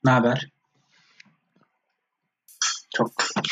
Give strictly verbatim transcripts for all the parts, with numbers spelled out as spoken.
Ne haber? Çok.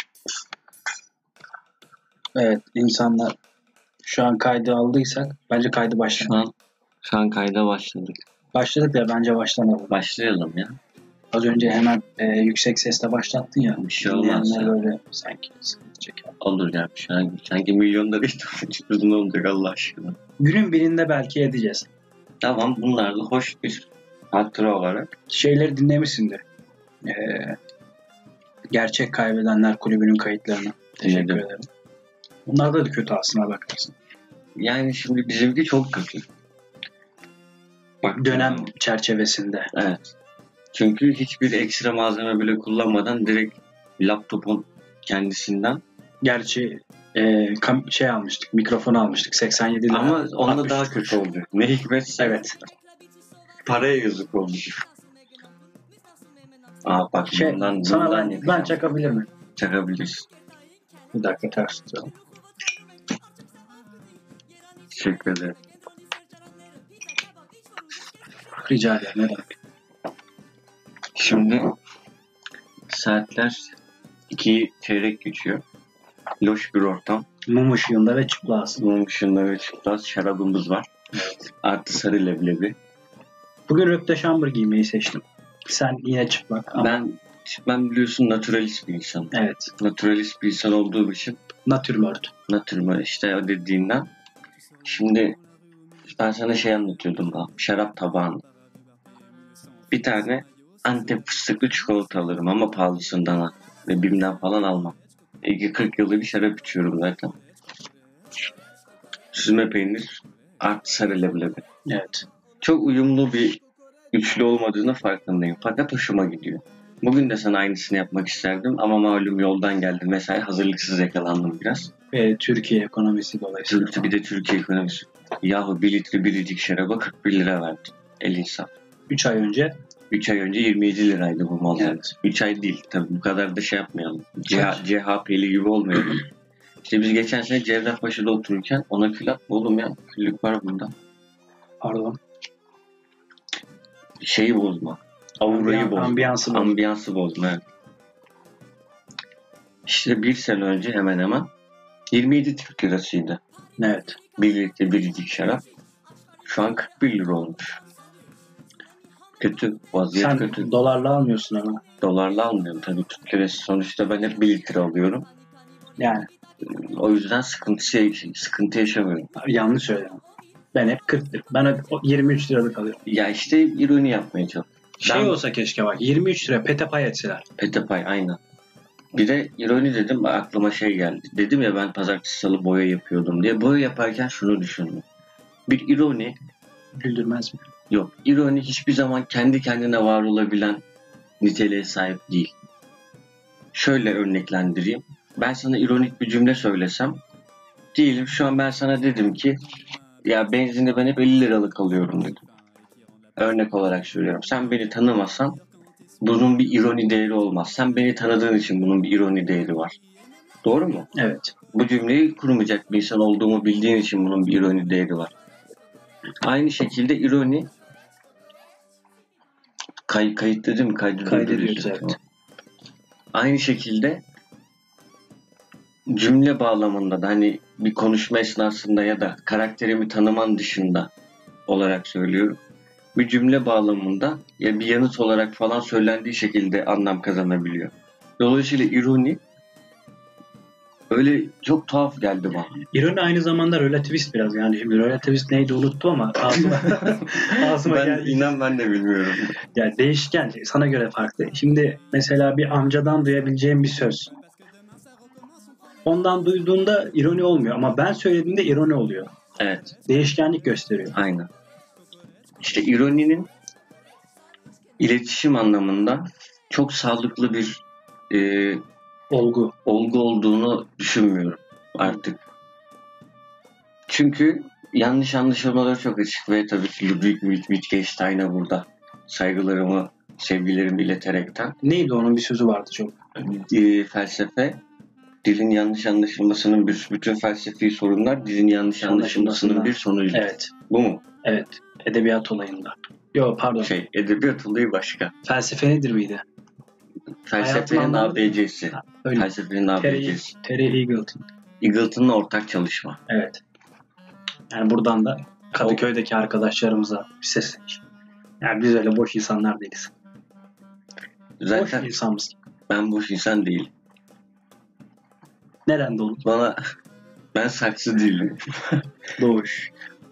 Evet, insanlar şu an kaydı aldıysak bence kaydı Şu başlatalım. an şu an kayda başladık. Başladık ya, bence başlamalım. Başlayalım ya. Az önce hemen e, yüksek sesle başlattın ya. Bir şey olmaz Dinleyenler ya. böyle sanki sıkıntı çeker. Olur ya. Şu an sanki milyonları ihtiyaç ne olacak Allah aşkına. Günün birinde belki edeceğiz. Tamam, bunlar da hoş bir hatıra olarak. Şeyleri dinlemişsindir. E, Gerçek Kaybedenler Kulübü'nün kayıtlarını. Teşekkür Dinledim. ederim. Bunlar da kötü aslına bakarsın. Yani şimdi bizimki çok kötü. Bak, Dönem çerçevesinde. Evet. Çünkü hiçbir ekstra malzeme bile kullanmadan direkt laptopun kendisinden. Gerçi e, kam- şey almıştık, mikrofon almıştık seksen yedi lira. Ama onda altmış daha kuruş. kötü oldu. Ne hikmetse. Evet. Paraya yazık oldu. Aa bak, Şey, bundan, sana bundan ben, yapacağım. ben çakabilir miyim? Çakabiliriz. Bir dakika ters tutalım. Teşekkür ederim. Rica ederim. Ne demek? Şimdi saatler ikiyi çeyrek geçiyor. Loş bir ortam. Mum ışığında ve çıplağız. Bunun dışında ve çıplaz şarabımız var. Evet. Artı sarı leblebi. Bugün röpte şambır giymeyi seçtim. Sen yine çıplak ama Ben ben biliyorsun naturalist bir insanım. evet. Naturalist bir insan olduğum için Natürmört. natürmü işte o dediğinden. Şimdi ben sana şey anlatıyordum daha. Şarap tabağında. Bir tane Antep fıstıklı çikolata alırım ama pahalısından al. Ve Bim'den falan almam. İki kırk yıldır bir şarap içiyorum zaten. Süzme peynir artı sarı leblebi. Evet. Çok uyumlu bir üçlü olmadığını farkındayım. Fakat hoşuma gidiyor. Bugün de sana aynısını yapmak isterdim ama malum yoldan geldim. Mesela hazırlıksız yakalandım biraz. Ve Türkiye ekonomisi dolayısıyla. Türkiye, bir de Türkiye ekonomisi. Yahu bir litre biricik şaraba kırk bir lira verdim. El insaf. üç ay önce üç ay önce yirmi yedi liraydı bu malzeme. evet. üç ay değil tabii, bu kadar da şey yapmayalım. C- Kaç? C H P'li gibi olmayalım. İşte biz geçen sene Cerrahpaşa'da otururken ona kül atma oğlum ya. Küllük var bunda. Pardon. Şeyi bozma. Aurayı Ambiyan- bozma. ambiyansı bozma. Ambiyansı bozma. Evet. İşte bir sene önce hemen hemen yirmi yedi Türk lirasıydı. Evet. Bir litre biricik şarap. Şu an kırk bir lira olmuş. Kötü. Vaziyet Sen kötü. dolarla almıyorsun ama. Dolarla almıyorum tabii, Türk lirası. Sonuçta ben hep bir litre alıyorum. Yani O yüzden sıkıntı, şey, sıkıntı yaşamıyorum. yanlış söyledim. Ben hep kırk lira. Ben hep yirmi üç liralık alıyorum. Ya işte ironi yapmaya çalışıyorum. Şey Ben- olsa keşke bak. yirmi üç lira pete pay etseler. Petapay aynen. Bir de ironi dedim, aklıma şey geldi. Dedim ya ben pazartesi salı boya yapıyordum diye. Boya yaparken şunu düşündüm. Bir ironi Güldürmez mi? yok. İroni hiçbir zaman kendi kendine var olabilen niteliğe sahip değil. Şöyle örneklendireyim. Ben sana ironik bir cümle söylesem. Diyelim şu an ben sana dedim ki ya benzinde ben hep elli liralık alıyorum dedim. Örnek olarak söylüyorum. Sen beni tanımasan bunun bir ironi değeri olmaz. Sen beni tanıdığın için bunun bir ironi değeri var. Doğru mu? Evet. Bu cümleyi kurmayacak bir insan olduğumu bildiğin için bunun bir ironi değeri var. Aynı şekilde ironi kay kayıt dedim mi? Kaydı Kaydediyoruz, durduruyorsun. evet. Tamam. Aynı şekilde cümle bağlamında da hani bir konuşma esnasında ya da karakterimi tanıman dışında olarak söylüyorum. Bir cümle bağlamında ya bir yanıt olarak falan söylendiği şekilde anlam kazanabiliyor. Dolayısıyla ironi öyle çok tuhaf geldi bana. İroni aynı zamanda relativist biraz. Yani şimdi relativist neydi unuttum ama ağzıma, ağzıma Ben geldi. inan ben de bilmiyorum. Yani değişken. Sana göre farklı. Şimdi mesela bir amcadan duyabileceğim bir söz. Ondan duyduğunda ironi olmuyor ama ben söylediğimde ironi oluyor. Evet, Değişkenlik gösteriyor. aynen. İşte ironinin iletişim anlamında çok sağlıklı bir e, Olgu. olgu olduğunu düşünmüyorum artık. Çünkü yanlış anlaşılmalar çok açık ve tabii ki Ludwig Wittgenstein'a burada saygılarımı, sevgilerimi ileterekten Neydi onun bir sözü vardı çok. e, felsefe, dilin yanlış anlaşılmasının bir, bütün felsefi sorunlar dilin yanlış anlaşılmasının bir sonucu. Evet. Bu mu? Evet. Edebiyat olayında. Yok pardon. Şey, edebiyat olayı başka. Felsefe nedir miydi? Felsefenin anlamı- A B C'si. Ha, öyle. Felsefenin A B Terry, C'si. Terry Eagleton. Eagleton'la ortak çalışma. Evet. Yani buradan da Kadıköy'deki arkadaşlarımıza bir sesleniş. Yani biz öyle boş insanlar değiliz. Zaten Boş insanız. ben boş insan değilim. Nerede olur? Bana ben saksı değilim. Doğuş.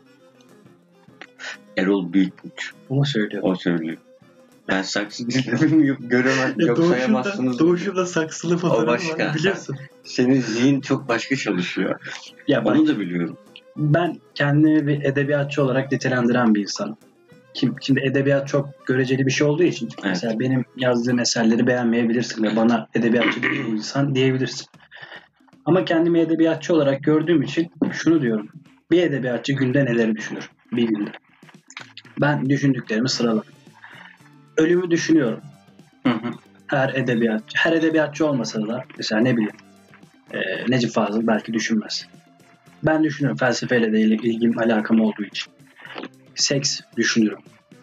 Erol Büyüküç. Onu söylüyor. O söylüyor. Ben saksı değilim. Yok, göremez, yok sayamazsınız. Doğuş'un saksılı fotoğrafı başka. var biliyorsun. Senin zihin çok başka çalışıyor. Ya Onu ben, da biliyorum. ben kendimi bir edebiyatçı olarak nitelendiren bir insanım. Kim, şimdi edebiyat çok göreceli bir şey olduğu için evet. Mesela benim yazdığım eserleri beğenmeyebilirsin ve bana edebiyatçı değil bu insan diyebilirsin. Ama kendimi edebiyatçı olarak gördüğüm için şunu diyorum. Bir edebiyatçı günde neleri düşünür? Bir günde. Ben düşündüklerimi sıraladım. Ölümü düşünüyorum. Hı hı. Her edebiyatçı, her edebiyatçı olmasa da mesela ne bileyim e, Necip Fazıl belki düşünmez. Ben düşünüyorum felsefeyle de ilgim alakam olduğu için. Seks düşünürüm.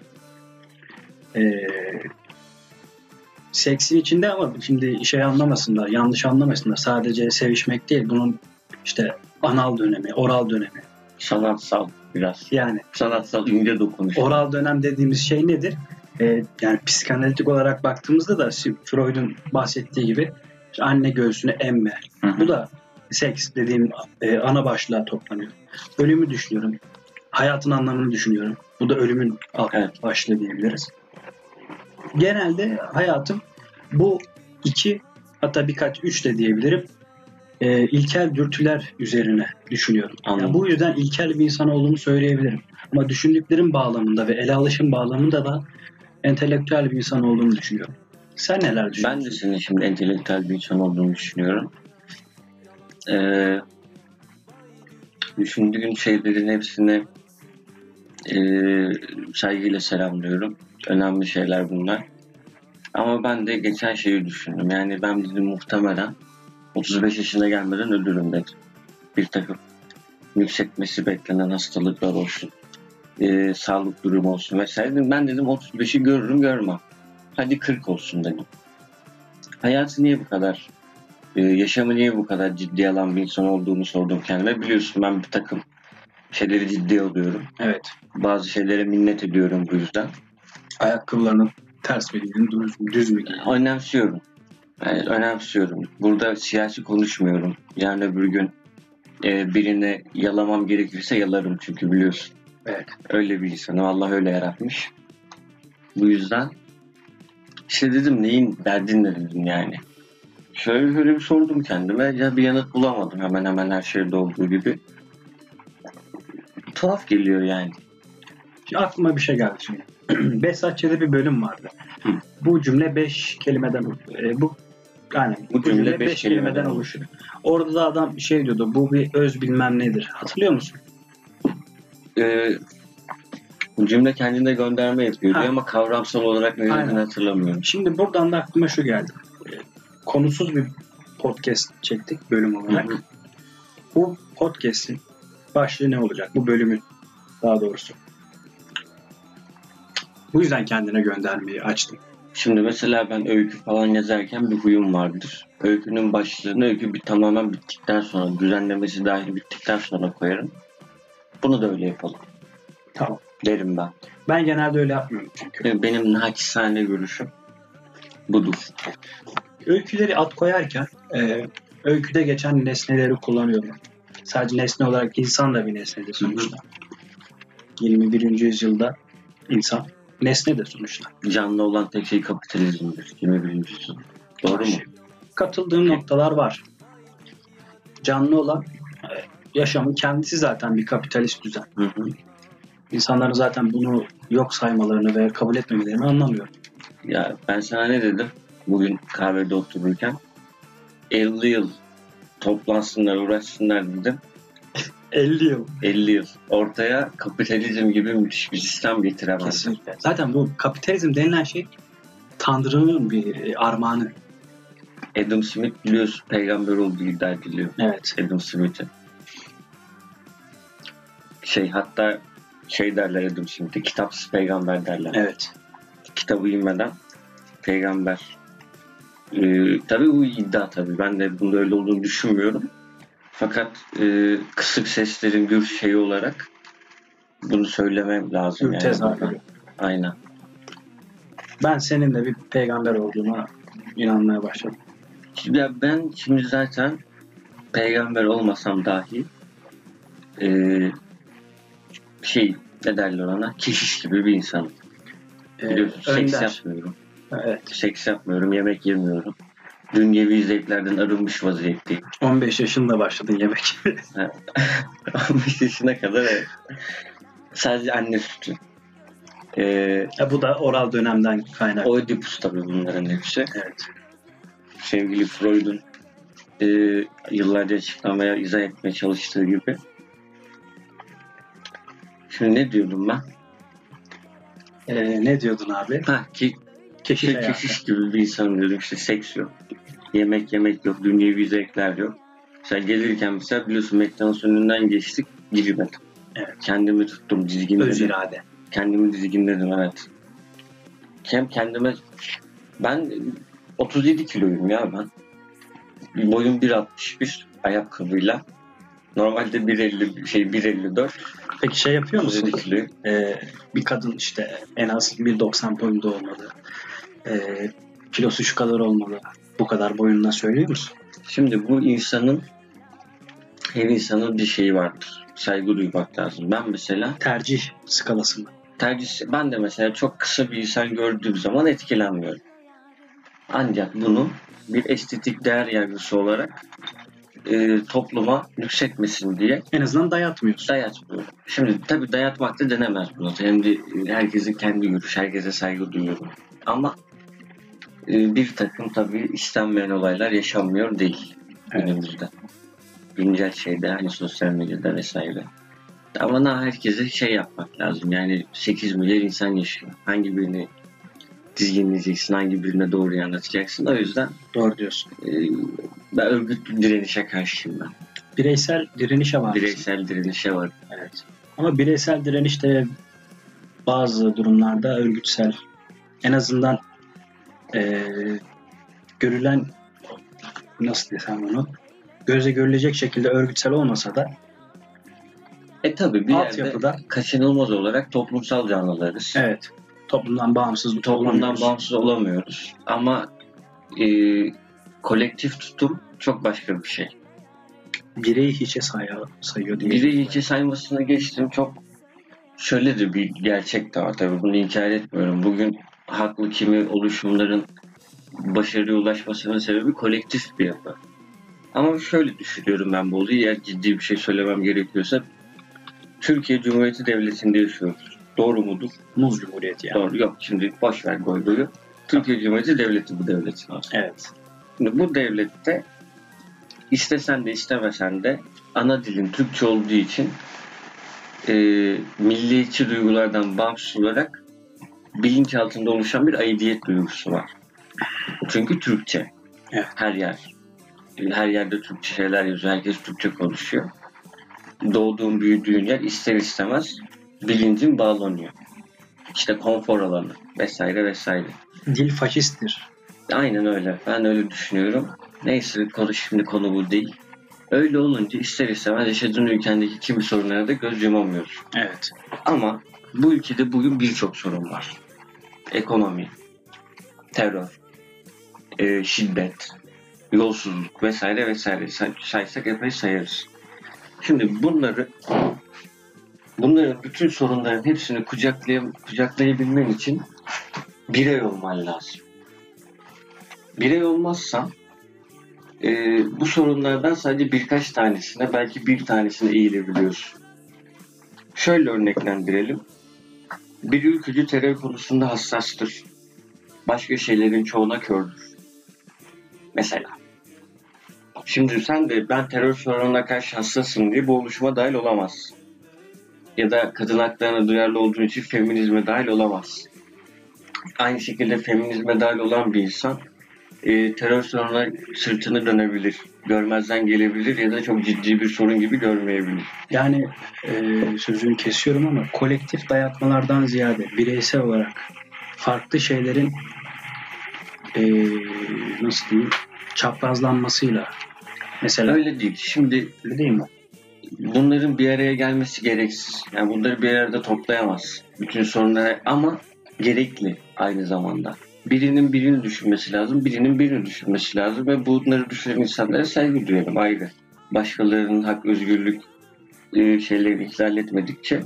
Ee, seksin içinde ama şimdi şey anlamasınlar, yanlış anlamasınlar. Sadece sevişmek değil, bunun işte anal dönemi, oral dönemi. Sanatsal biraz. Yani sanatsal ince dokunuş. Oral dönem dediğimiz şey nedir? Ee, yani psikanalitik olarak baktığımızda da Freud'un bahsettiği gibi işte anne göğsüne emme. Hı hı. Bu da seks dediğim e, ana başlığa toplanıyor. Ölümü düşünüyorum. Hayatın anlamını düşünüyorum. Bu da ölümün alt evet. başlığı diyebiliriz. Genelde hayatım bu iki hatta birkaç üç de diyebilirim e, ilkel dürtüler üzerine düşünüyorum. Yani bu yüzden ilkel bir insan olduğumu söyleyebilirim. Ama düşündüklerim bağlamında ve ele alışım bağlamında da entelektüel bir insan olduğumu düşünüyorum. Sen neler düşünüyorsun? Ben de senin şimdi entelektüel bir insan olduğunu düşünüyorum. Ee, düşündüğün şeylerin hepsine e, saygıyla selamlıyorum. Önemli şeyler bunlar. Ama ben de geçen şeyi düşündüm. Yani ben dedim muhtemelen otuz beş yaşına gelmeden ölürüm dedim. Bir takım yükseltmesi beklenen hastalıklar olsun. E, sağlık durumu olsun vesaire. Ben dedim otuz beşi görürüm görmem. Hadi kırk olsun dedim. Hayatı niye bu kadar, e, yaşamı niye bu kadar ciddiye alan bir insan olduğunu sordum kendime. Biliyorsun ben bir takım şeyleri ciddiye alıyorum. Evet. Bazı şeylere minnet ediyorum bu yüzden. Ayakkabılarının ters mi giydin, düz mü, düz mü giydin? Önemsiyorum. Yani önemsiyorum. Burada siyasi konuşmuyorum. Yani öbür gün e, birine yalamam gerekirse yalarım çünkü biliyorsun. Evet. Öyle bir insanım. Allah öyle yaratmış. Bu yüzden işte dedim neyin derdin dedim yani. Şöyle şöyle bir sordum kendime. Ya bir yanıt bulamadım hemen hemen her şeyde olduğu gibi. Tuhaf geliyor yani. Şimdi aklıma bir şey geldi şimdi. Behzatçı'da bir bölüm vardı. Hı. Bu cümle beş kelimeden e, bu yani bu cümle, cümle beş, beş kelimeden, kelimeden oluşur. Orada da adam şey diyordu. Bu bir öz bilmem nedir. Hatırlıyor musun? Ee, bu cümle kendine gönderme yapıyor diyor ama kavramsal olarak ne dediğini hatırlamıyorum. Şimdi buradan da aklıma şu geldi. Konusuz bir podcast çektik bölüm olarak. Hı hı. Bu podcast'in başlığı ne olacak? Bu bölümün daha doğrusu. Bu yüzden kendine göndermeyi açtım. Şimdi mesela ben öykü falan yazarken bir huyum vardır. Öykünün başlığını öykü bir tamamen bittikten sonra, düzenlemesi dahil bittikten sonra koyarım. Bunu da öyle yapalım. Tamam. Derim ben. Ben genelde öyle yapmıyorum çünkü. Benim naçizane görüşüm budur. Öyküleri ad koyarken e, öyküde geçen nesneleri kullanıyorum. Sadece nesne olarak insan da bir nesnedir sonuçta. yirmi birinci yüzyılda insan nesnedir sonuçta. Canlı olan tek şey kapitalizmdir yirmi birinci yüzyıl. Doğru mu? Katıldığım noktalar var. Canlı olan yaşamın kendisi zaten bir kapitalist düzen. Hı hı. İnsanların zaten bunu yok saymalarını ve kabul etmemelerini anlamıyorum. Ya ben sana ne dedim bugün kahvede otururken? elli yıl toplansınlar, uğraşsınlar dedim. elli yıl. elli yıl. Ortaya kapitalizm gibi müthiş bir sistem getiremezler. Kesinlikle. Zaten bu kapitalizm denilen şey Tanrı'nın bir armağanı. Adam Smith biliyorsun peygamber olduğu iddia ediliyor. Evet. Adam Smith'in. Şey hatta şey derler Edim şimdi, kitapsız peygamber derler. Evet. Kitabı inmeden peygamber. Ee, tabii bu iddia tabii. Ben de bunda öyle olduğunu düşünmüyorum. Fakat e, kısık seslerin bir şeyi olarak bunu söylemem lazım. Yani. Tezahürü. Aynen. Ben senin de bir peygamber olduğuna inanmaya başladım. Ya ben şimdi zaten peygamber olmasam dahi e, şey ne derler ona, keşiş gibi bir insanım. Biliyorsun, Ee, seks Önder. yapmıyorum. Evet. Seks yapmıyorum, yemek yemiyorum. Dünyevi zevklerden arınmış vaziyetteyim. on beş yaşında başladın yemek. on beş yaşına kadar evet. Sadece anne sütü. Ee, ya bu da oral dönemden kaynaklı. Oedipus tabii bunların hepsi. Evet. Sevgili Freud'un e, yıllarca açıklamaya, izah etmeye çalıştığı gibi. Şimdi ne diyordum ben? Ee, ne diyordun abi? Ha ki Keşiş şey, hayatı. keşiş gibi bir insanım diyordum. İşte seks yok. Yemek yemek yok. Dünyevi zevkler yok. Mesela gelirken mesela biliyorsun McDonald's önünden geçtik. Girmedim. Evet. Kendimi tuttum. Dizginledim. Öz irade. Kendimi dizginledim evet. Hem kendime ben otuz yedi kiloyum ya ben. Boyum bir altmış bir ayakkabıyla. Normalde bir elli şey bir elli dört. Peki şey yapıyor otuz musun? yedi kiloyum. Ee, bir kadın işte en az bir doksan boyunda olmalı. Ee, kilosu şu kadar olmalı. Bu kadar boyundan söylüyor musun? Şimdi bu insanın her insanın bir şeyi vardır. Saygı duymak lazım. Ben mesela Tercih skalası mı? tercih ben de mesela çok kısa bir insan gördüğüm zaman etkilenmiyorum. Ancak bunu bir estetik değer yargısı olarak e, topluma yükseltmesin diye En azından dayatmıyorsun. dayatmıyorum. Şimdi tabii dayatmak da denemez bunu. Hem de herkesin kendi görüşü, herkese saygı duyuyorum. Ama e, bir takım tabii istenmeyen olaylar yaşanmıyor değil Evet. günümüzde. Güncel şeyde hani sosyal medyada vesaire. Ama na herkese şey yapmak lazım. Yani sekiz milyar insan yaşıyor. Hangi birini dizginleyeceksin, hangi birine doğruyu anlatacaksın. O yüzden Doğru diyorsun. e, ben örgütlü direnişe karşıyım ben. Bireysel direnişe var. Bireysel direnişe var. Evet. Ama bireysel direniş de bazı durumlarda örgütsel, en azından e, görülen, nasıl desem bunu, göze görülecek şekilde örgütsel olmasa da E tabii bir altyapıda, yerde kaçınılmaz olarak toplumsal canlılarız. evet, toplumdan bağımsız Toplumdan olamıyoruz. bağımsız olamıyoruz. Ama e, kolektif tutum çok başka bir şey. Bireyi hiçe sayıyor, sayıyor diye. Biri hiçe saymasına geçtim. Çok şöyle de bir gerçek de var tabii. Bunu inkar etmiyorum. Bugün haklı kimi oluşumların başarıya ulaşmasının sebebi kolektif bir yapı. Ama şöyle düşünüyorum ben bu olayı. Eğer ciddi bir şey söylemem gerekiyorsa Türkiye Cumhuriyeti Devleti'nde yaşıyoruz. Doğru mudur? Muz Cumhuriyeti yani. Doğru. Yok şimdi boş ver goygoyu. Türkiye Cumhuriyeti Devleti bu devletin aslında. Evet. Şimdi bu devlette istesen de istemesen de ana dilin Türkçe olduğu için e, milliyetçi duygulardan bağımsız olarak bilinç altında oluşan bir aidiyet duygusu var. Çünkü Türkçe. Evet. Her yer. Her yerde Türkçe şeyler yazıyor. Herkes Türkçe konuşuyor. Doğduğun, büyüdüğün yer ister istemez bilincin bağlanıyor. İşte konfor alanı vesaire vesaire. Dil faşisttir. Aynen öyle. Ben öyle düşünüyorum. Neyse konu şimdi konu bu değil. Öyle olunca ister istemez yaşadığın ülkendeki kimi sorunlara da göz yumamıyoruz. Evet. Ama bu ülkede bugün birçok sorun var. Ekonomi, terör, e, şiddet, yolsuzluk vesaire vesaire say- saysak epey sayarız. Şimdi bunları bunların bütün sorunların hepsini kucaklay- kucaklayabilmen için birey olman lazım. Birey olmazsan e, bu sorunlardan sadece birkaç tanesine belki bir tanesine eğilebiliyorsun. Şöyle örneklendirelim. Bir ülkücü terör konusunda hassastır. Başka şeylerin çoğuna kördür. Mesela. Şimdi sen de ben terör sorununa karşı hassasım diye bu oluşuma dahil olamazsın. Ya da kadın haklarına duyarlı olduğun için feminizme dahil olamazsın. Aynı şekilde feminizme dahil olan bir insan e, terör sorununa sırtını dönebilir, görmezden gelebilir ya da çok ciddi bir sorun gibi görmeyebilir. Yani e, sözünü kesiyorum ama kolektif dayatmalardan ziyade bireysel olarak farklı şeylerin e, nasıl diyeyim çaprazlanmasıyla mesela Öyle değil. Şimdi öyle değil mi? bunların bir araya gelmesi gereksiz. Yani bunları bir arada toplayamaz. Bütün sorunları ama gerekli aynı zamanda. Birinin birini düşünmesi lazım, birinin birini düşünmesi lazım ve bunları düşünen insanlara saygı duyuyorum ayrı. Başkalarının hak, özgürlük e, şeylerini ihlal etmedikçe.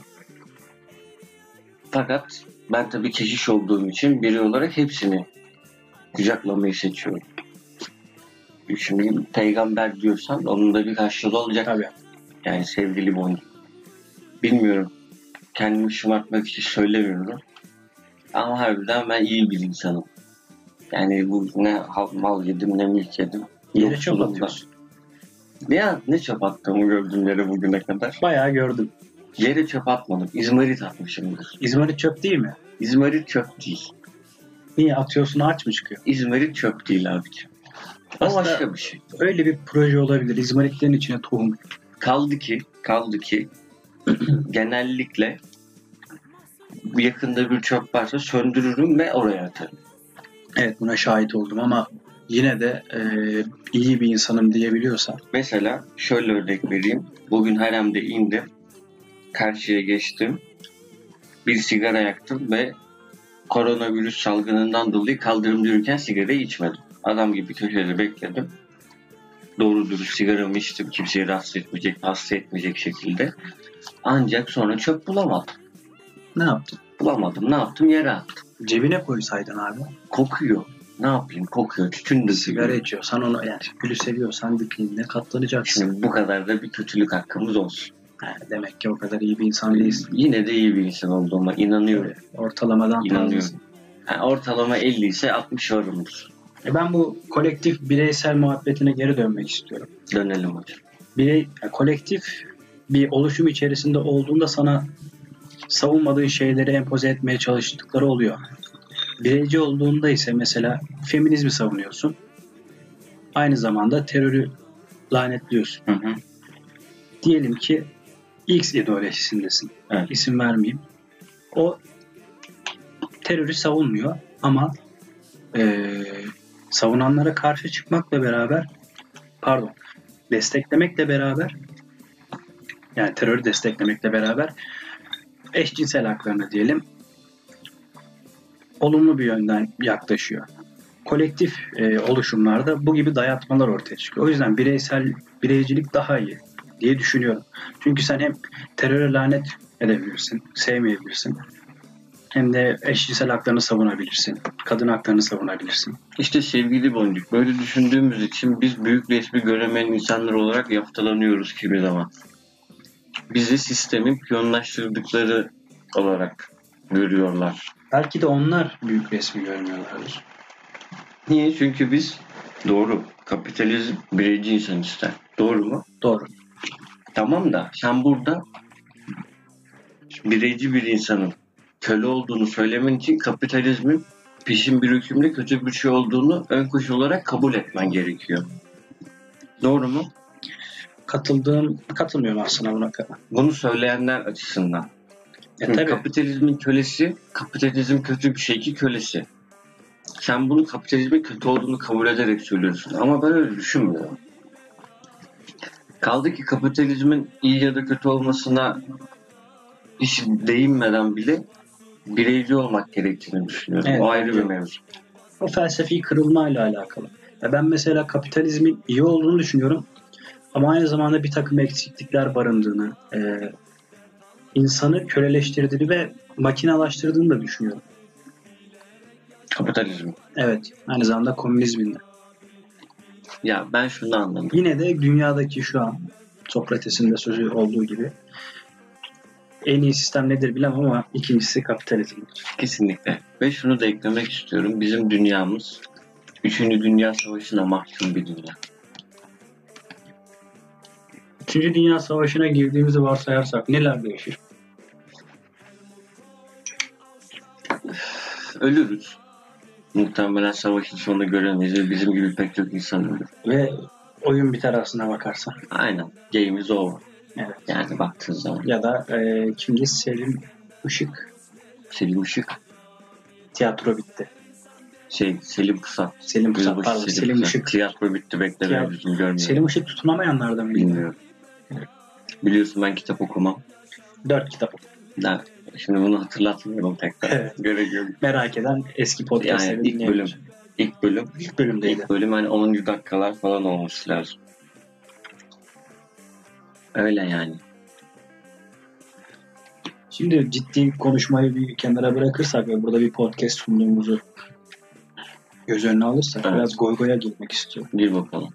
Fakat ben tabii keşiş olduğum için biri olarak hepsini kucaklamayı seçiyorum. Şimdi peygamber diyorsan onun da bir karşılığı olacak. Tabii. Yani sevgili boncuk. Bilmiyorum. Kendimi şımartmak için söylemiyorum. Ama harbiden ben iyi bir insanım. Yani bu ne mal yedim ne mülk yedim. Yere çöp Yoksulum da. atıyorsun. Ya ne çöp attığımı gördüm yere bugüne kadar. Bayağı gördüm. Yere çöp atmadım. İzmarit atmışımdır. İzmarit çöp değil mi? İzmarit çöp değil. Niye atıyorsun ağaç mı çıkıyor? İzmarit çöp değil abiciğim. O Aslında başka bir şey. öyle bir proje olabilir. İzmaritlerin içine tohum. Kaldı ki, kaldı ki genellikle yakında bir çöp varsa söndürürüm ve oraya atarım. Evet buna şahit oldum ama yine de e, iyi bir insanım diyebiliyorsan. Mesela şöyle örnek vereyim. Bugün haremde indim. Karşıya geçtim. Bir sigara yaktım ve koronavirüs salgınından dolayı kaldırımda yürürken sigarayı içmedim. Adam gibi köşede bekledim. Doğru dürüst sigaramı içtim. Kimseyi rahatsız etmeyecek, hasta etmeyecek şekilde. Ancak sonra çöp bulamadım. Ne yaptın? Bulamadım. Ne yaptım? Yere attım. Cebine koysaydın abi. Kokuyor. Ne yapayım? Kokuyor. Tütün de Sigara sigara. içiyorsan onu yani gülü seviyorsan dikliğine katlanacaksın. Şimdi bu kadar da bir kötülük hakkımız olsun. Yani demek ki o kadar iyi bir insan değilsin. Yine de iyi bir insan olduğuma inanıyorum. Öyle, ortalamadan İnanıyorum. fazlasın. Yani ortalama elli ise altmış varımdır. E ben bu kolektif bireysel muhabbetine geri dönmek istiyorum. Dönelim hocam. Birey, yani kolektif bir oluşum içerisinde olduğunda sana savunmadığın şeyleri empoze etmeye çalıştıkları oluyor. Bireyci olduğunda ise mesela feminizmi savunuyorsun. Aynı zamanda terörü lanetliyorsun. Hı hı. Diyelim ki X ideolojisindesin. Evet. İsim vermeyeyim. O terörü savunmuyor ama eee, savunanlara karşı çıkmakla beraber pardon desteklemekle beraber yani terörü desteklemekle beraber eşcinsel haklarına diyelim olumlu bir yönden yaklaşıyor. Kolektif e, oluşumlarda bu gibi dayatmalar ortaya çıkıyor. O yüzden bireysel bireycilik daha iyi diye düşünüyorum. Çünkü sen hem teröre lanet edebilirsin, sevmeyebilirsin. Hem de eşcinsel haklarını savunabilirsin. Kadın haklarını savunabilirsin. İşte sevgili boncuk, böyle düşündüğümüz için biz büyük resmi göremeyen insanlar olarak yaftalanıyoruz kimi zaman. Bizi sistemin piyonlaştırdıkları olarak görüyorlar. Belki de onlar büyük resmi görmüyorlardır. Niye? Çünkü biz doğru, kapitalizm bireyci insan ister. Doğru mu? Doğru. Tamam da sen burada bireyci bir insanın köle olduğunu söylemen için kapitalizmin peşin bir hükümle kötü bir şey olduğunu ön koşul olarak kabul etmen gerekiyor. Doğru mu? Katıldığım, katılmıyorum aslında buna kadar. Bunu söyleyenler açısından. E, Çünkü tabii. kapitalizmin kölesi, kapitalizm kötü bir şey ki kölesi. Sen bunu kapitalizmin kötü olduğunu kabul ederek söylüyorsun. Ama ben öyle düşünmüyorum. Kaldı ki kapitalizmin iyi ya da kötü olmasına hiç değinmeden bile bireyci olmak gerektiğini düşünüyorum. Evet, o ayrı bence bir de. mevzu. O felsefi kırılmayla alakalı. Ya ben mesela kapitalizmin iyi olduğunu düşünüyorum. Ama aynı zamanda bir takım eksiklikler barındığını, e, insanı köleleştirdiğini ve makinalaştırdığını da düşünüyorum. Kapitalizm. Evet, aynı zamanda komünizmin de. Ya ben şunu anladım. Yine de dünyadaki şu an Sokrates'in de sözü olduğu gibi en iyi sistem nedir bilemem ama ikincisi kapitalizmdir. Kesinlikle. Ve şunu da eklemek istiyorum. Bizim dünyamız Üçüncü Dünya Savaşı'na mahkum bir dünya. Üçüncü Dünya Savaşı'na girdiğimizi varsayarsak neler değişir? Ölürüz. muhtemelen savaşın sonunu göremeyiz ve bizim gibi pek çok insan ölür. Ve oyun biter aslına bakarsan. Aynen. Game is over. Evet. Yani baktığın zaman. Ya da e, kimdi? Selim Işık. Selim Işık. Tiyatro bitti. Şey, Selim Kısa. Selim Kısa, Yılbaşı pardon. Selim, Selim Kısa. Işık. Tiyatro bitti, bekle Tiyat- ben yüzünü görmüyorum. Selim Işık tutunamayanlardan mıydı? Bilmiyorum. Biliyorsun ben kitap okumam. Dört kitap. Evet. Şimdi bunu hatırlatmıyorum tekrar. Evet. Gerek yok. Merak eden eski podcastleri Yani ilk bölüm. dinleyebilir. İlk bölüm. İlk bölümdeydi. İlk bölüm hani onuncu dakikalar falan olması lazım. Öyle yani. Şimdi ciddi konuşmayı bir kenara bırakırsak ve burada bir podcast sunduğumuzu göz önüne alırsak Evet. biraz goygoya girmek istiyorum. Bir bakalım.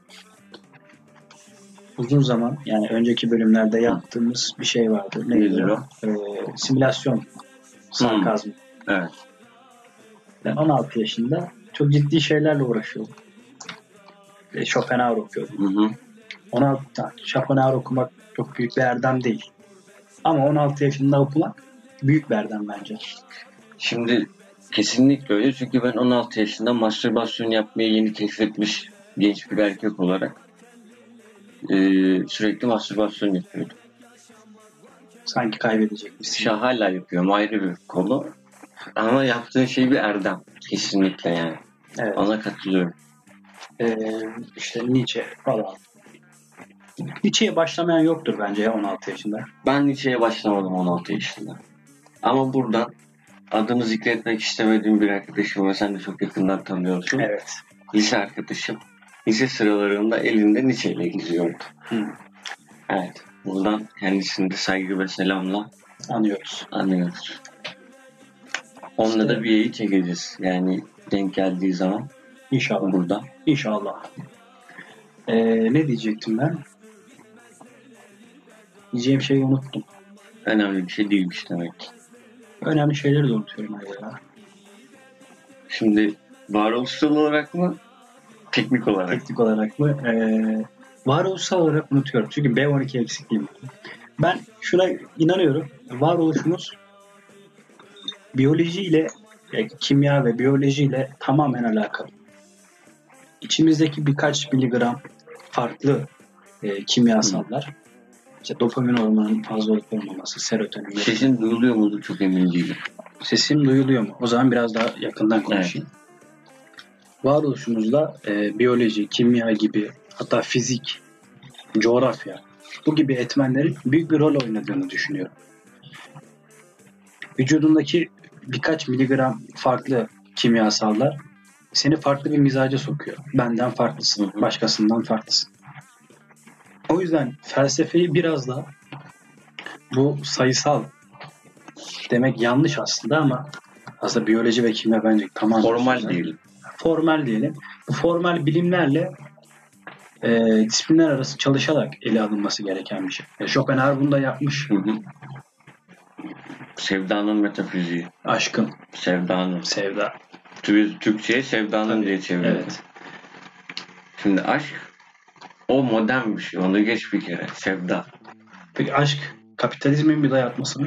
Uzun zaman yani önceki bölümlerde yaptığımız bir şey vardı. Neydi Nedir o? Ee, simülasyon sarkazmı. Evet. Ben on altı yaşında çok ciddi şeylerle uğraşıyordum. Ve Schopenhauer okuyordum. Hı hı. on altıda Schopenhauer okumak çok büyük bir erdem değil. Ama on altı yaşında okumak büyük bir erdem bence. Şimdi kesinlikle öyle çünkü ben on altı yaşında mastürbasyon yapmayı yeni keşfetmiş genç bir erkek olarak e, sürekli mastürbasyon yapıyordum. Sanki kaybedecekmişsin. Şu hala yapıyorum, ayrı bir konu. Ama yaptığın şey bir erdem. Kesinlikle yani. Evet. Ona katılıyorum. Ee, işte Nietzsche falan. Nietzsche'ye başlamayan yoktur bence ya on altı yaşında. Ben Nietzsche'ye başlamadım on altı yaşında. Ama buradan adını zikretmek istemediğim bir arkadaşım ve sen de çok yakından tanıyorsun. Evet. Lise arkadaşım. Lise sıralarında elinde Nietzsche ile geziyordu. Hı. Evet. Buradan kendisini de saygı ve selamla Anlıyoruz. anıyoruz. Onunla İşte- da bir yayı çekeceğiz. Yani denk geldiği zaman İnşallah. burada. İnşallah. Ee, ne diyecektim ben? Diyeceğim şeyi unuttum. Önemli bir şey değilmiş demek ki. Önemli şeyleri de unutuyorum her ya. Şimdi varoluşsal olarak mı? Teknik olarak. Teknik olarak mı? Ee, varoluşsal olarak unutuyorum. Çünkü B on iki eksikliğim. Ben şuna inanıyorum. Varoluşumuz biyolojiyle, e, kimya ve biyolojiyle tamamen alakalı. İçimizdeki birkaç miligram farklı e, kimyasallar, işte dopamin hormonunun fazla olup olmaması, serotonin, Sesin duyuluyor mu? Çok emin değilim. sesim duyuluyor mu? O zaman biraz daha yakından konuşayım. Varoluşumuzda e, biyoloji, kimya gibi, hatta fizik, coğrafya, bu gibi etmenlerin büyük bir rol oynadığını düşünüyorum. Vücudundaki birkaç miligram farklı kimyasallar seni farklı bir mizaca sokuyor. Benden farklısın, başkasından farklısın. O yüzden felsefeyi biraz da bu sayısal demek yanlış aslında ama aslında biyoloji ve kimya bence tamamen Formal diyelim. Formal diyelim. Bu formal bilimlerle e, disiplinler arası çalışarak ele alınması gereken bir şey. E, Schopenhauer bunu da yapmış. Hı hı. Sevdanın metafiziği. Aşkın, Sevdanın. sevda. Tü- Türkçe'ye sevdanın Tabii. diye çeviriyor. Evet. Şimdi aşk o modern bir şey. Onu geç bir kere. Sevda. Peki aşk kapitalizmin bir dayatması mı?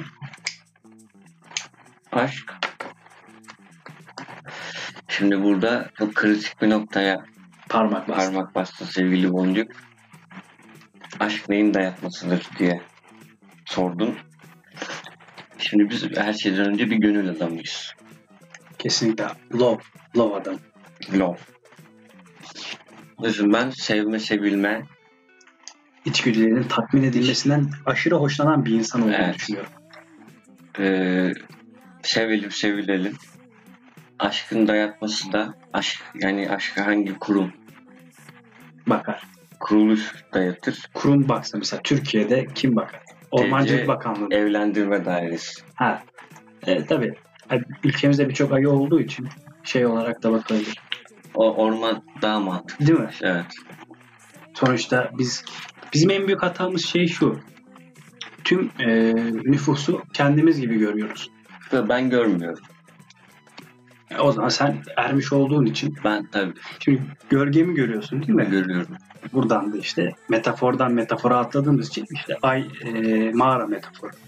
Aşk. Şimdi burada çok kritik bir noktaya Parmak bastı. parmak bastı sevgili Boncuk. Aşk neyin dayatmasıdır diye sordun. Şimdi biz her şeyden önce bir gönül adamıyız. Kesinlikle. Love. Love adam. Love. Mesela ben sevme, sevilme, İçgüdülerinin tatmin edilmesinden aşırı hoşlanan bir insan olduğunu Evet. düşünüyorum. Ee, sevelim sevilelim. Aşkın dayatması da aşk yani aşka hangi kurum Bakar. kuruluş dayatır? Kurum baksa mesela Türkiye'de kim bakar? Ormancılık T C Bakanlığı. Evlendirme dairesi. Ha. E, tabii. Yani ülkemizde birçok ayı olduğu için şey olarak da bakılabilir. O orman daha mantıklı. Değil mi? Evet. Sonuçta biz bizim en büyük hatamız şey şu. Tüm e, nüfusu kendimiz gibi görüyoruz. Ve ben görmüyorum. E, o zaman sen ermiş olduğun için Ben tabii şimdi gölgemi görüyorsun değil mi? görüyorum. Buradan da işte metafordan metafora atladığımız için işte ay e, mağara metaforu.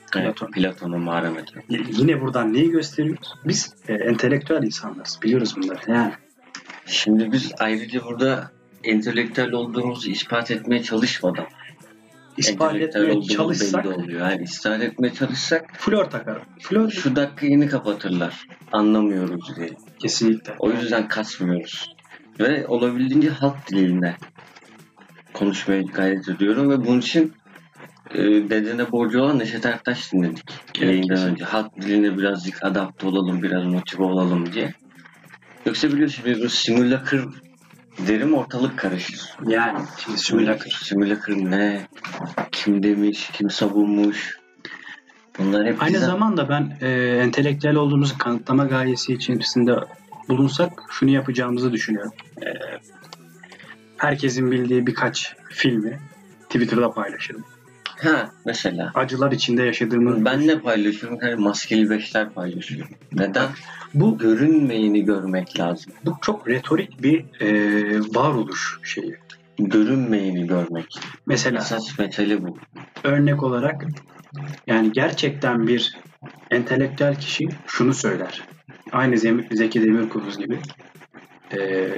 Platon. Evet, Platon'un mağara metodu. Y- Yine buradan neyi gösteriyoruz? Biz e, entelektüel insanlarız. Biliyoruz bunları. Yani Şimdi biz ayrıca burada entelektüel olduğumuzu ispat etmeye çalışmadan ispat entelektüel etmeye olduğumuz çalışsak belli oluyor. Yani ispat etmeye çalışsak flör takarım. Flör şu dakika yeni kapatırlar. Anlamıyoruz diye. kesinlikle. O yüzden kasmıyoruz. Ve olabildiğince halk dilinde konuşmaya gayret ediyorum ve bunun için e, dedene borcu olan Neşet Ertaş dinledik. Evet, Yayından kesin. önce. Halk diline birazcık adapte olalım, biraz motive olalım diye. Yoksa biliyorsun biz bu simülakır derim ortalık karışır. Yani şimdi simülakır. Simülakır ne? Kim demiş? Kim savunmuş? Bunlar hep Aynı bize- zamanda ben e, entelektüel olduğumuzu kanıtlama gayesi içerisinde bulunsak şunu yapacağımızı düşünüyorum. E, herkesin bildiği birkaç filmi Twitter'da paylaşırım. Ha mesela. Acılar içinde yaşadığımız Ben ne paylaşıyorum? Her maskeli beşler paylaşıyorum. Neden? bu Görünmeyeni görmek lazım. bu çok retorik bir e, varoluş şeyi. Görünmeyeni görmek. Mesela Esas mesele bu. örnek olarak yani gerçekten bir entelektüel kişi şunu söyler. Aynı Zem- Zeki Demirkubuz gibi. Ee,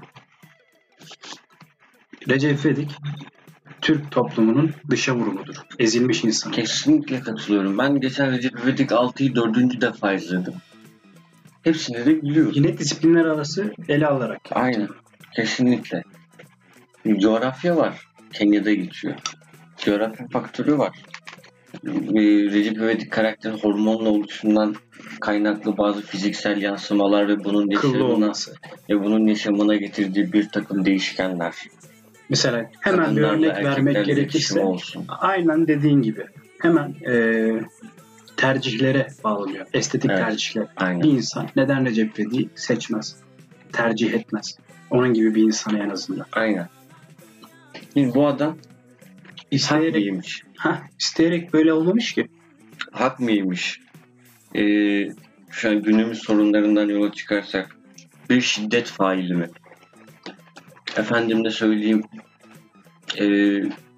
Recep İvedik Türk toplumunun dışa vurumudur. Ezilmiş insan. Kesinlikle katılıyorum. Ben geçen Recep İvedik altıyı dördüncü defa izledim. Hepsini de biliyorum. Yine disiplinler arası ele alarak. Aynen. Kesinlikle. Coğrafya var. Kenya'da geçiyor. Coğrafya faktörü var. Ee, Recep İvedik karakterin hormonla oluşumundan kaynaklı bazı fiziksel yansımalar ve bunun Kıllı yaşamına olması. ve bunun yaşamına getirdiği bir takım değişkenler. Mesela hemen bir Kadınlarla örnek vermek erkeklerle gerekirse iletişimi olsun. aynen dediğin gibi hemen e, tercihlere bağlanıyor. Estetik Evet. tercihler. Aynen. Bir insan neden Recep İvedik'i seçmez? Tercih etmez. Onun gibi bir insana en azından. Aynen. Şimdi bu adam hak İsteyerek, mıymış? hah, isteyerek böyle olmamış ki. Hak mıymış? Ee, şu an günümüz sorunlarından yola çıkarsak bir şiddet faili mi? Efendim de söyleyeyim ee,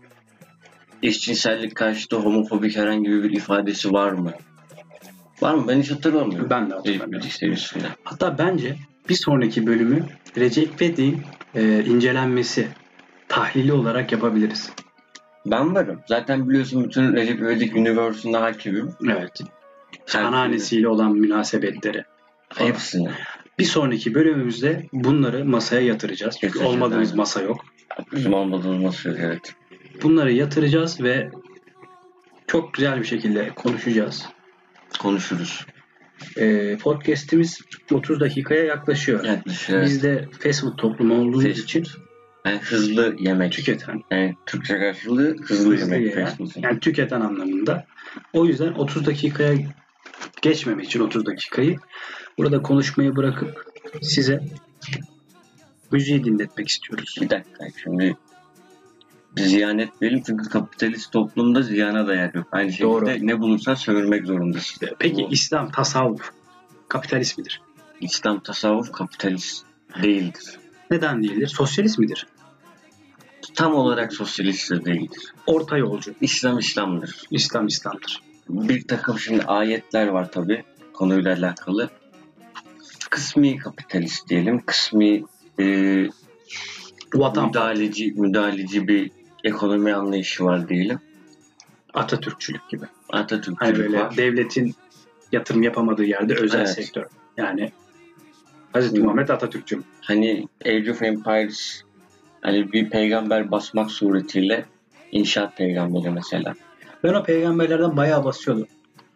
eşcinsellik karşıtı homofobik herhangi bir ifadesi var mı? Var mı? Ben hiç hatırlamıyorum. Ben de Recep hatırlamıyorum. İvedik serisinde. Hatta bence bir sonraki bölümü Recep İvedik'in e, incelenmesi, tahlili olarak yapabiliriz. Ben varım. Zaten biliyorsun bütün Recep İvedik Universe'unda hakimim. Evet. Anneannesiyle olan münasebetleri. falan. Hepsini. Bir sonraki bölümümüzde bunları masaya yatıracağız. Çünkü Yatıracağız, olmadığımız aynen. masa yok. Bizim olmadığımız nasıl evet. Bunları yatıracağız ve çok güzel bir şekilde konuşacağız. Konuşuruz. E, podcast'imiz otuz dakikaya yaklaşıyor. Yaklaşık. Biz de fast food toplumu olduğumuz Fast için Yani hızlı yemek. tüketen, Yani Türkçe karşılığı hızlı, hızlı yemek. yiyen, fast food. yani tüketen anlamında. O yüzden otuz dakikaya geçmemek için otuz dakikayı burada konuşmayı bırakıp size müziği dinletmek istiyoruz. Bir dakika şimdi ziyan etmeyelim çünkü kapitalist toplumda ziyana da yer yok. Aynı şekilde Doğru. ne bulursan sömürmek zorundasın. Peki Bu, İslam, tasavvuf, kapitalist midir? İslam tasavvuf kapitalist değildir. Neden değildir? Sosyalist midir? Tam olarak sosyalist de değildir. Orta yolcu. İslam İslam'dır. İslam İslam'dır. Bir takım şimdi ayetler var tabi konuyla alakalı. Kısmi kapitalist diyelim. Kısmi e, Vatan müdahaleci, müdahaleci bir ekonomi anlayışı var diyelim. Atatürkçülük gibi. Atatürkçülük Hani böyle var. devletin yatırım yapamadığı yerde özel Evet. sektör. Yani Hazreti Hı. Muhammed Atatürkçü. Hani Age of Empires hani bir peygamber basmak suretiyle inşaat peygamberi mesela. Ben o peygamberlerden bayağı basıyordum.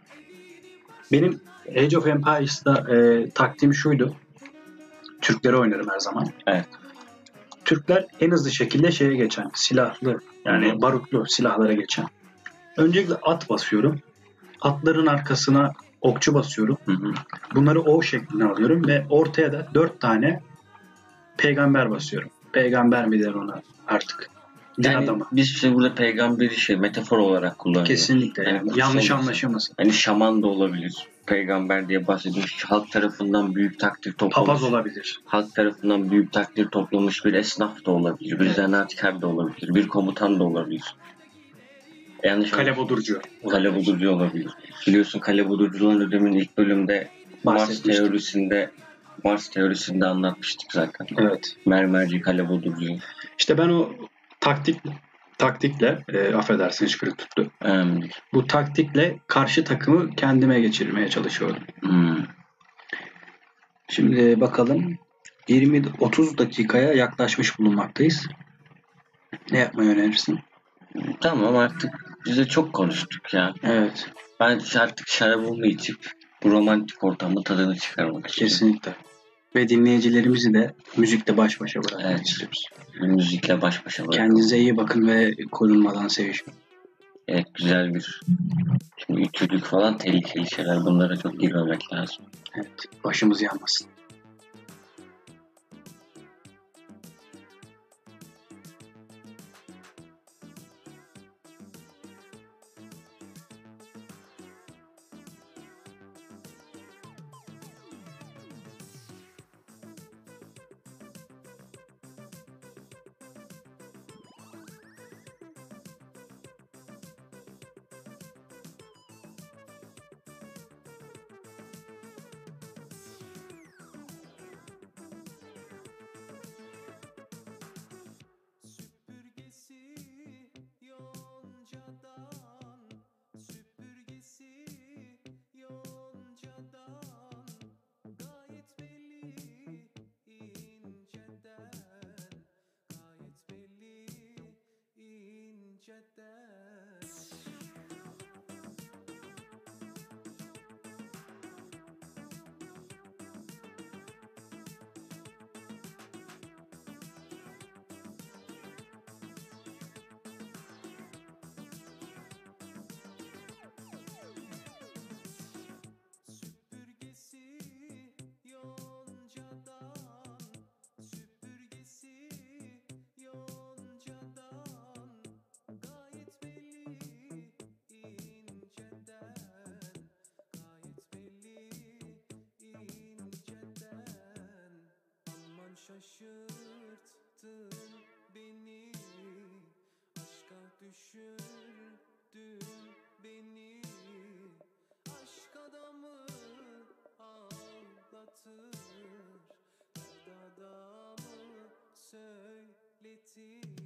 Benim Age of Empires'da e, taktiğim şuydu. Türkleri oynarım her zaman. Evet. Türkler en hızlı şekilde şeye geçen, silahlı yani Hı. barutlu silahlara geçen. Öncelikle at basıyorum. Atların arkasına okçu basıyorum. Hı hı. Bunları O şeklinde alıyorum ve ortaya da dört tane peygamber basıyorum. Peygamber mi der ona artık? Din Yani adamı. biz işte burada peygamberi şey metafor olarak kullanıyoruz. Kesinlikle. Yani. Yani Yanlış kutsaması. anlaşılmasın. Hani şaman da olabilir. Peygamber diye bahsedilmiş. Halk tarafından büyük takdir toplamış. Papaz olabilir. Halk tarafından büyük takdir toplamış bir esnaf da olabilir. Bir Evet. zanaatkar da olabilir. Bir komutan da olabilir. Yanlış Kale Bodurcu. Kale Bodurcu olabilir. Biliyorsun Kale Bodurcu'nun ödümünün ilk bölümde Mars teorisinde Mars teorisinde anlatmıştık zaten. Evet. Mermerci Kale Bodurcu'yu. İşte ben o taktik taktikle e, affedersin şıkırık tuttu. Hmm. Bu taktikle karşı takımı kendime geçirmeye çalışıyordum. Hmm. Şimdi bakalım yirmi otuz dakikaya yaklaşmış bulunmaktayız. Ne yapmayı önerirsin? Tamam, artık bize çok konuştuk ya. Evet. Ben artık şarabımı içip bu romantik ortamın tadını çıkarmak istiyorum. Kesinlikle. Ve dinleyicilerimizi de müzikle baş başa bırakmak Evet. istiyoruz. Müzikle baş başa bırakalım. Kendinize iyi bakın ve korunmadan sevişin. Evet, güzel bir. Şimdi ütülük falan tehlikeli şeyler. Bunlara çok girmemek lazım. Evet. Başımız yanmasın. Şaşırttın beni, aşka düşürdün beni, aşk adamı ağlatır, dert adamı söyletir.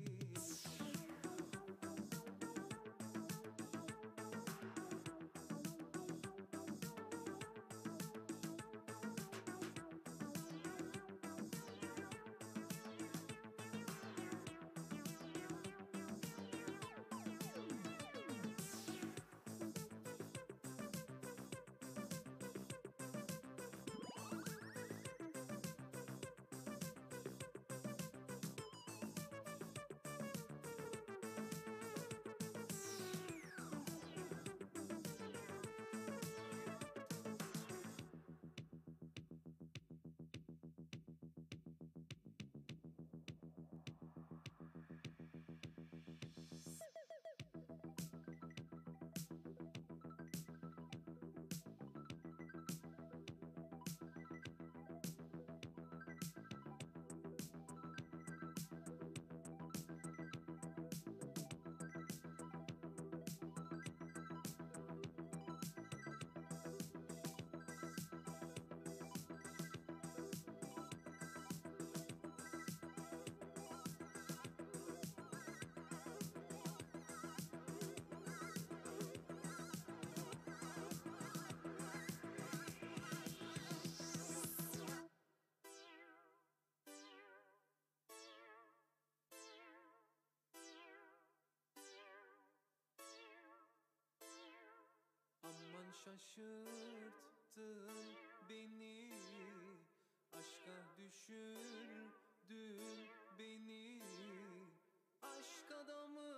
Aman şaşırttın beni, aşka düşürdün beni, aşk adamı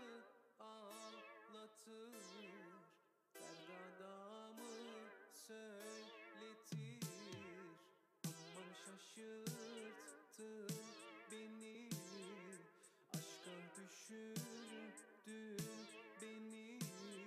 ağlatır, dert adamı söyletir. Aman şaşırttın beni, aşka düşürdün beni.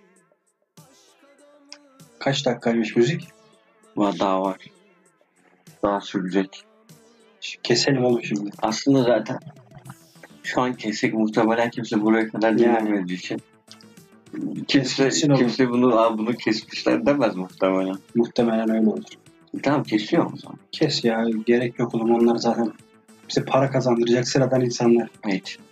Kaç dakikaymış müzik? Var, daha var. Daha sürecek. Keselim oğlum şimdi. Aslında zaten şu an kesek muhtemelen kimse buraya kadar dinlemediği için Kimse, Kesin olur. kimse bunu, Aa, bunu kesmişler demez muhtemelen. Muhtemelen öyle olur. Tamam, kesiyor o zaman. Kes ya, gerek yok oğlum, onlar zaten bize para kazandıracak sıradan insanlar. Hiç.